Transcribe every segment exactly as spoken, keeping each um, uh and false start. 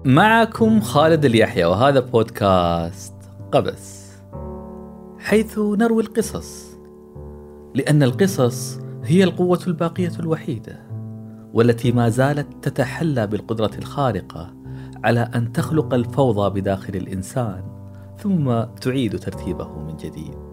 معكم خالد اليحيى، وهذا بودكاست قبس، حيث نروي القصص، لأن القصص هي القوة الباقية الوحيدة، والتي ما زالت تتحلى بالقدرة الخارقة على أن تخلق الفوضى بداخل الإنسان ثم تعيد ترتيبه من جديد.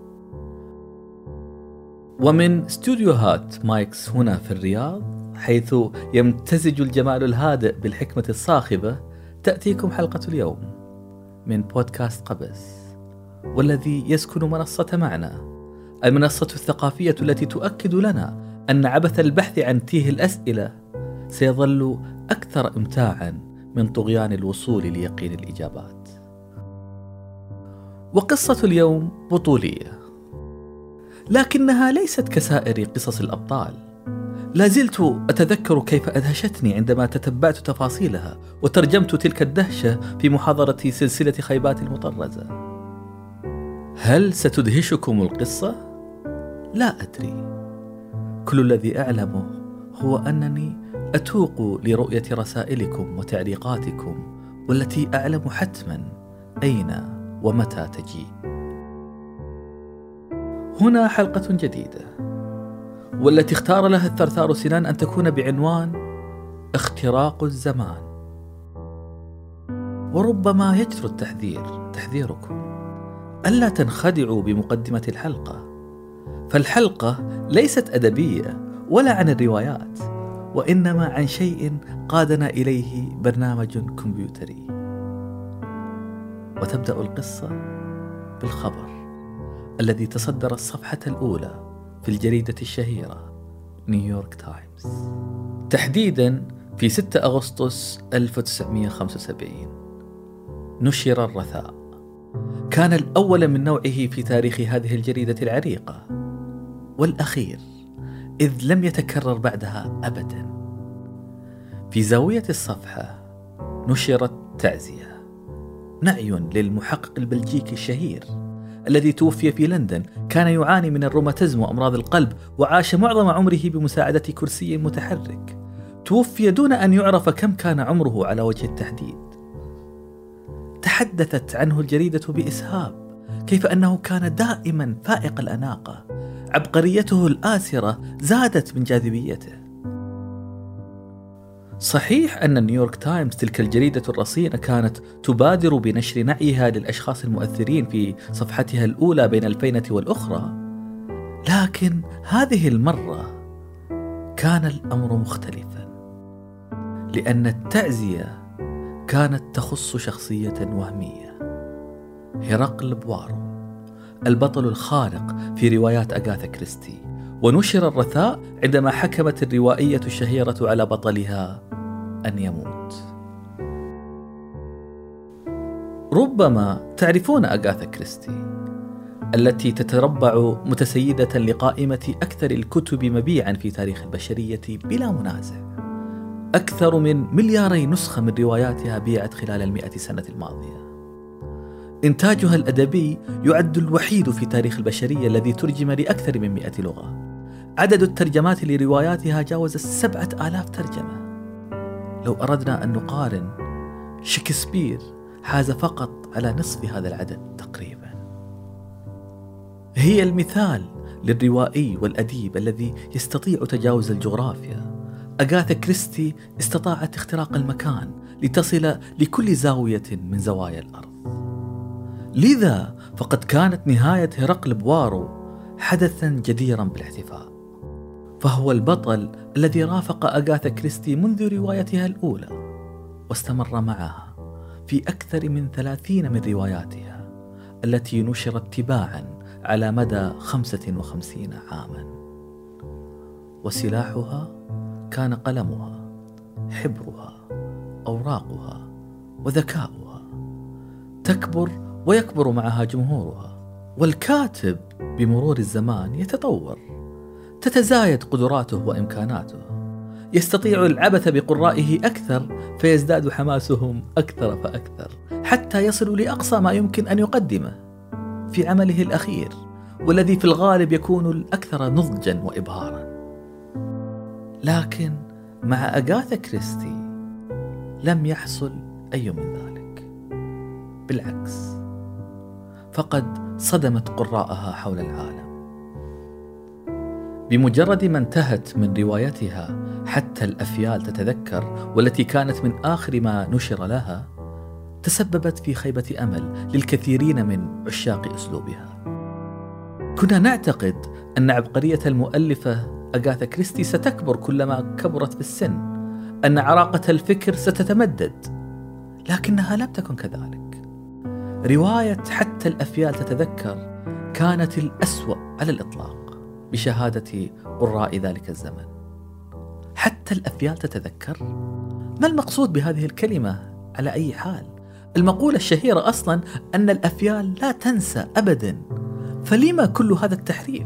ومن استوديوهات مايكس هنا في الرياض، حيث يمتزج الجمال الهادئ بالحكمة الصاخبة، تأتيكم حلقة اليوم من بودكاست قبس، والذي يسكن منصة معنا، المنصة الثقافية التي تؤكد لنا أن عبث البحث عن تيه الأسئلة سيظل أكثر إمتاعا من طغيان الوصول ليقين الإجابات. وقصة اليوم بطولية، لكنها ليست كسائر قصص الأبطال. لازلت أتذكر كيف أدهشتني عندما تتبعت تفاصيلها وترجمت تلك الدهشة في محاضرة سلسلة خيبات المطرزة. هل ستدهشكم القصة؟ لا أدري. كل الذي أعلمه هو أنني أتوق لرؤية رسائلكم وتعليقاتكم، والتي أعلم حتما أين ومتى تجي. هنا حلقة جديدة، والتي اختار لها الثرثار سنان أن تكون بعنوان اختراق الزمان. وربما يجدر التحذير تحذيركم ألا تنخدعوا بمقدمة الحلقة، فالحلقة ليست أدبية ولا عن الروايات، وإنما عن شيء قادنا إليه برنامج كمبيوتري. وتبدأ القصة بالخبر الذي تصدر الصفحة الأولى في الجريدة الشهيرة نيويورك تايمز، تحديدا في ستة أغسطس ألف وتسعمائة وخمسة وسبعين. نشر الرثاء، كان الأول من نوعه في تاريخ هذه الجريدة العريقة، والأخير إذ لم يتكرر بعدها أبدا. في زاوية الصفحة نشرت تعزية، نعي للمحقق البلجيكي الشهير الذي توفي في لندن. كان يعاني من الروماتيزم وأمراض القلب، وعاش معظم عمره بمساعدة كرسي متحرك. توفي دون أن يعرف كم كان عمره على وجه التحديد. تحدثت عنه الجريدة بإسهاب، كيف أنه كان دائما فائق الأناقة. عبقريته الآسرة زادت من جاذبيته. صحيح أن نيويورك تايمز، تلك الجريدة الرصينة، كانت تبادر بنشر نعيها للأشخاص المؤثرين في صفحتها الأولى بين الفينة والأخرى، لكن هذه المرة كان الأمر مختلفا، لأن التعزية كانت تخص شخصية وهمية، هرقل بوارو، البطل الخارق في روايات أغاثا كريستي. ونشر الرثاء عندما حكمت الروائية الشهيرة على بطلها أن يموت. ربما تعرفون أغاثا كريستي، التي تتربع متسيدة لقائمة أكثر الكتب مبيعا في تاريخ البشرية بلا منازع. أكثر من ملياري نسخة من رواياتها بيعت خلال المئة سنة الماضية. إنتاجها الأدبي يعد الوحيد في تاريخ البشرية الذي ترجم لأكثر من مئة لغة. عدد الترجمات لرواياتها جاوز السبعة آلاف ترجمة. لو أردنا أن نقارن، شكسبير حاز فقط على نصف هذا العدد تقريبا. هي المثال للروائي والأديب الذي يستطيع تجاوز الجغرافيا. أغاثا كريستي استطاعت اختراق المكان لتصل لكل زاوية من زوايا الأرض. لذا فقد كانت نهاية هرقل بوارو حدثا جديرا بالاحتفاء، فهو البطل الذي رافق أغاثا كريستي منذ روايتها الأولى، واستمر معها في أكثر من ثلاثين من رواياتها التي نشرت تباعا على مدى خمسة وخمسين عاما. وسلاحها كان قلمها، حبرها، أوراقها، وذكاؤها. تكبر ويكبر معها جمهورها، والكاتب بمرور الزمان يتطور، تتزايد قدراته وإمكاناته. يستطيع العبث بقرائه أكثر، فيزداد حماسهم أكثر فأكثر، حتى يصل لأقصى ما يمكن أن يقدمه في عمله الأخير، والذي في الغالب يكون الأكثر نضجا وإبهارا. لكن مع أغاثا كريستي لم يحصل أي من ذلك، بالعكس فقد صدمت قراءها حول العالم. بمجرد ما انتهت من روايتها حتى الأفيال تتذكر، والتي كانت من آخر ما نشر لها، تسببت في خيبة أمل للكثيرين من عشاق أسلوبها. كنا نعتقد أن عبقرية المؤلفة أغاثا كريستي ستكبر كلما كبرت في السن، أن عراقة الفكر ستتمدد، لكنها لم تكن كذلك. رواية حتى الأفيال تتذكر كانت الأسوأ على الإطلاق بشهادة قراء ذلك الزمن. حتى الأفيال تتذكر؟ ما المقصود بهذه الكلمة على أي حال؟ المقولة الشهيرة أصلا أن الأفيال لا تنسى أبدا، فلما كل هذا التحريف؟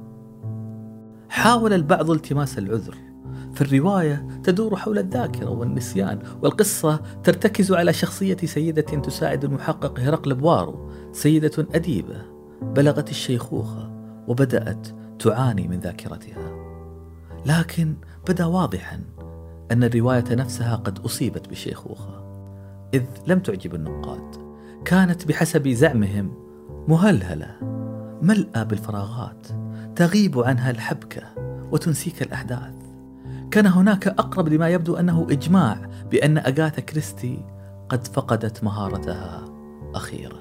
حاول البعض التماس العذر، فالرواية تدور حول الذاكرة والنسيان، والقصة ترتكز على شخصية سيدة تساعد المحقق هرقل بوارو، سيدة أديبة بلغت الشيخوخة وبدأت تعاني من ذاكرتها. لكن بدا واضحا أن الرواية نفسها قد أصيبت بالشيخوخة، إذ لم تعجب النقاد. كانت بحسب زعمهم مهلهلة ملأى بالفراغات، تغيب عنها الحبكة وتنسيك الأحداث. كان هناك أقرب لما يبدو أنه إجماع بأن أغاثا كريستي قد فقدت مهارتها أخيرا.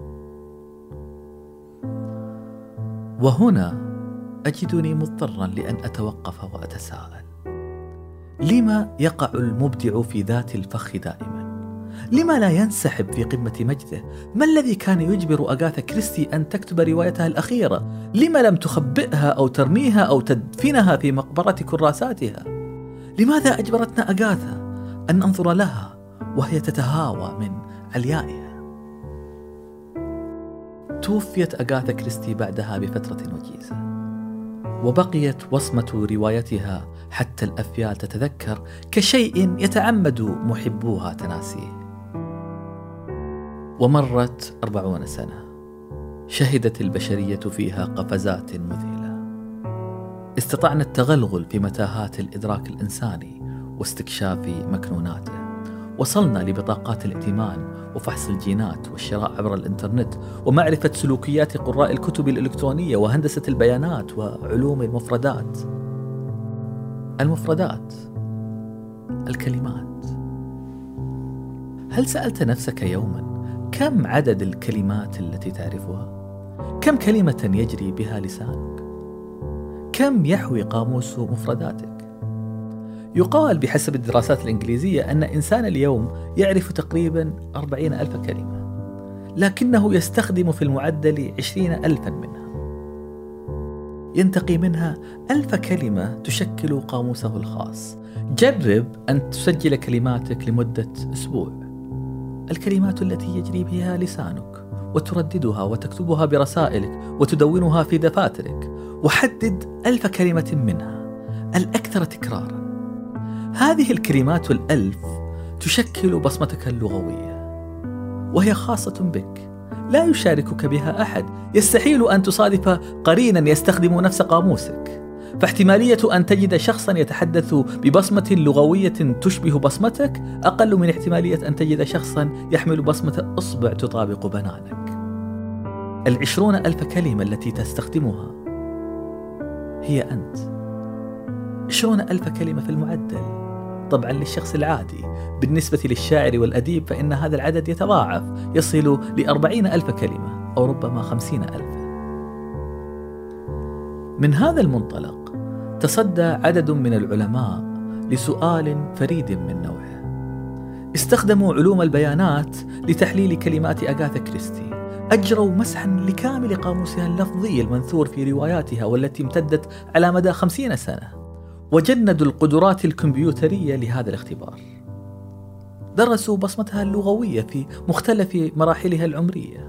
وهنا أجدني مضطرا لأن أتوقف وأتساءل: لما يقع المبدع في ذات الفخ دائما؟ لما لا ينسحب في قمة مجده؟ ما الذي كان يجبر أغاثا كريستي أن تكتب روايتها الأخيرة؟ لما لم تخبئها أو ترميها أو تدفنها في مقبرة كراساتها؟ لماذا أجبرتنا أغاثا أن ننظر لها وهي تتهاوى من عليائها؟ توفيت أغاثا كريستي بعدها بفترة وجيزة، وبقيت وصمة روايتها حتى الأفيال تتذكر كشيء يتعمد محبوها تناسيه. ومرت أربعون سنة شهدت البشرية فيها قفزات مذهلة. استطعنا التغلغل في متاهات الإدراك الإنساني واستكشاف مكنوناته. وصلنا لبطاقات الائتمان وفحص الجينات والشراء عبر الإنترنت ومعرفة سلوكيات قراء الكتب الإلكترونية وهندسة البيانات وعلوم المفردات. المفردات، الكلمات. هل سألت نفسك يوما كم عدد الكلمات التي تعرفها؟ كم كلمة يجري بها لسانك؟ كم يحوي قاموس مفرداتك؟ يقال بحسب الدراسات الإنجليزية أن إنسان اليوم يعرف تقريبا أربعين ألف كلمة، لكنه يستخدم في المعدل عشرين ألفا منها. ينتقي منها ألف كلمة تشكل قاموسه الخاص. جرب أن تسجل كلماتك لمدة أسبوع، الكلمات التي يجري بها لسانك، وترددها وتكتبها برسائلك وتدونها في دفاترك، وحدد ألف كلمة منها الأكثر تكرارا. هذه الكلمات الألف تشكل بصمتك اللغوية، وهي خاصة بك، لا يشاركك بها أحد. يستحيل أن تصادف قرينا يستخدم نفس قاموسك، فاحتمالية أن تجد شخصا يتحدث ببصمة لغوية تشبه بصمتك أقل من احتمالية أن تجد شخصا يحمل بصمة أصبع تطابق بنانك. العشرون ألف كلمة التي تستخدمها هي أنت. عشرون ألف كلمة في المعدل. طبعا للشخص العادي، بالنسبة للشاعر والأديب فإن هذا العدد يتضاعف، يصل لأربعين ألف كلمة أو ربما خمسين ألف. من هذا المنطلق تصدى عدد من العلماء لسؤال فريد من نوعه. استخدموا علوم البيانات لتحليل كلمات أغاثا كريستي، أجروا مسحا لكامل قاموسها اللفظي المنثور في رواياتها والتي امتدت على مدى خمسين سنة، وجندوا القدرات الكمبيوترية لهذا الاختبار. درسوا بصمتها اللغوية في مختلف مراحلها العمرية.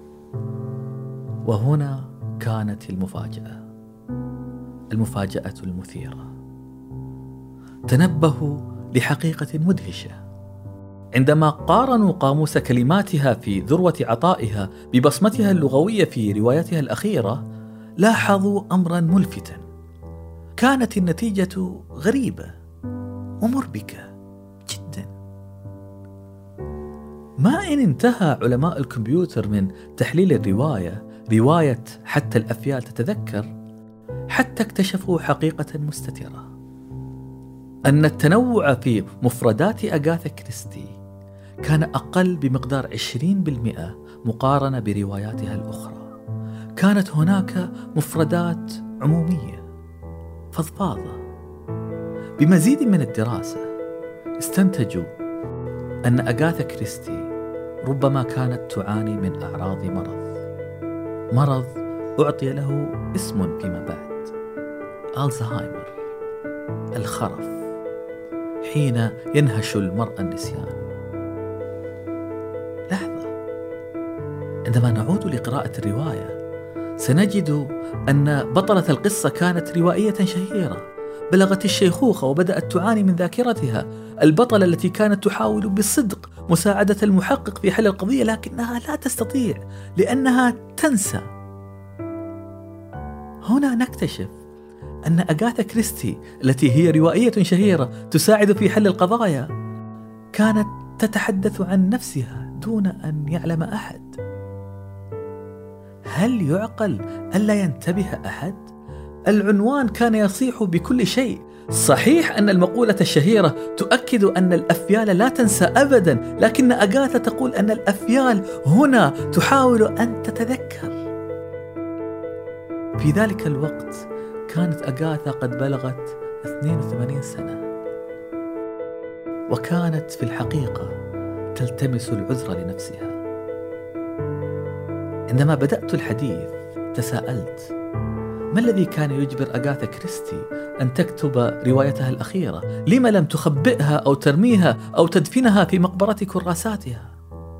وهنا كانت المفاجأة، المفاجأة المثيرة. تنبهوا لحقيقة مدهشة. عندما قارنوا قاموس كلماتها في ذروة عطائها ببصمتها اللغوية في رواياتها الأخيرة، لاحظوا أمرا ملفتا. كانت النتيجة غريبة ومربكة جدا. ما إن انتهى علماء الكمبيوتر من تحليل الرواية، رواية حتى الأفيال تتذكر، حتى اكتشفوا حقيقة مستترة، أن التنوع في مفردات أغاثا كريستي كان أقل بمقدار عشرين بالمئة مقارنة برواياتها الأخرى. كانت هناك مفردات عمومية فضفاضة. بمزيد من الدراسة استنتجوا أن أغاثا كريستي ربما كانت تعاني من أعراض مرض مرض أعطي له اسم فيما بعد، ألزهايمر، الخرف، حين ينهش المرء النسيان. لحظة، عندما نعود لقراءة الرواية سنجد أن بطلة القصة كانت روائية شهيرة بلغت الشيخوخة وبدأت تعاني من ذاكرتها، البطلة التي كانت تحاول بصدق مساعدة المحقق في حل القضية لكنها لا تستطيع لأنها تنسى. هنا نكتشف أن أغاثا كريستي التي هي روائية شهيرة تساعد في حل القضايا كانت تتحدث عن نفسها دون أن يعلم أحد. هل يعقل ألا ينتبه أحد؟ العنوان كان يصيح بكل شيء. صحيح أن المقولة الشهيرة تؤكد أن الأفيال لا تنسى أبدا، لكن أغاثا تقول أن الأفيال هنا تحاول أن تتذكر. في ذلك الوقت كانت أغاثا قد بلغت اثنين وثمانين سنة، وكانت في الحقيقة تلتمس العذر لنفسها. عندما بدأت الحديث تساءلت: ما الذي كان يجبر أغاثا كريستي أن تكتب روايتها الأخيرة؟ لما لم تخبئها أو ترميها أو تدفنها في مقبرة كراساتها؟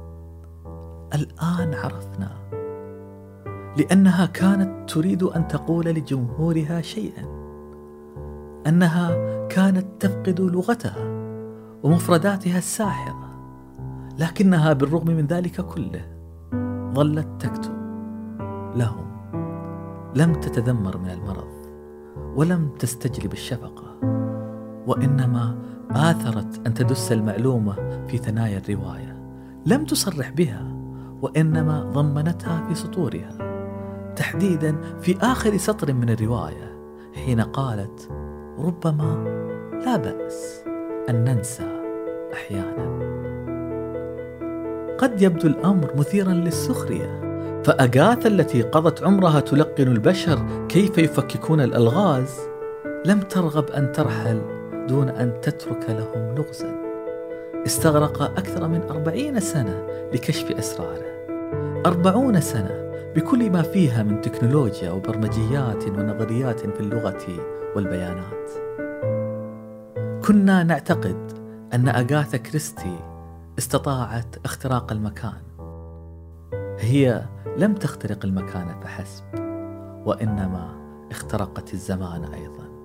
الآن عرفنا، لأنها كانت تريد أن تقول لجمهورها شيئا، أنها كانت تفقد لغتها ومفرداتها الساحرة، لكنها بالرغم من ذلك كله ظلت تكتب لهم. لم تتذمر من المرض ولم تستجلب الشفقة، وإنما آثرت أن تدس المعلومة في ثنايا الرواية. لم تصرح بها وإنما ضمنتها في سطورها، تحديدا في آخر سطر من الرواية حين قالت: ربما لا بأس أن ننسى أحيانا. قد يبدو الأمر مثيرا للسخرية، فأغاثا التي قضت عمرها تلقن البشر كيف يفككون الألغاز لم ترغب أن ترحل دون أن تترك لهم لغزا استغرق أكثر من أربعين سنة لكشف أسراره. أربعون سنة بكل ما فيها من تكنولوجيا وبرمجيات ونظريات في اللغة والبيانات. كنا نعتقد أن أغاثا كريستي استطاعت اختراق المكان. هي لم تخترق المكان فحسب، وإنما اخترقت الزمان أيضا.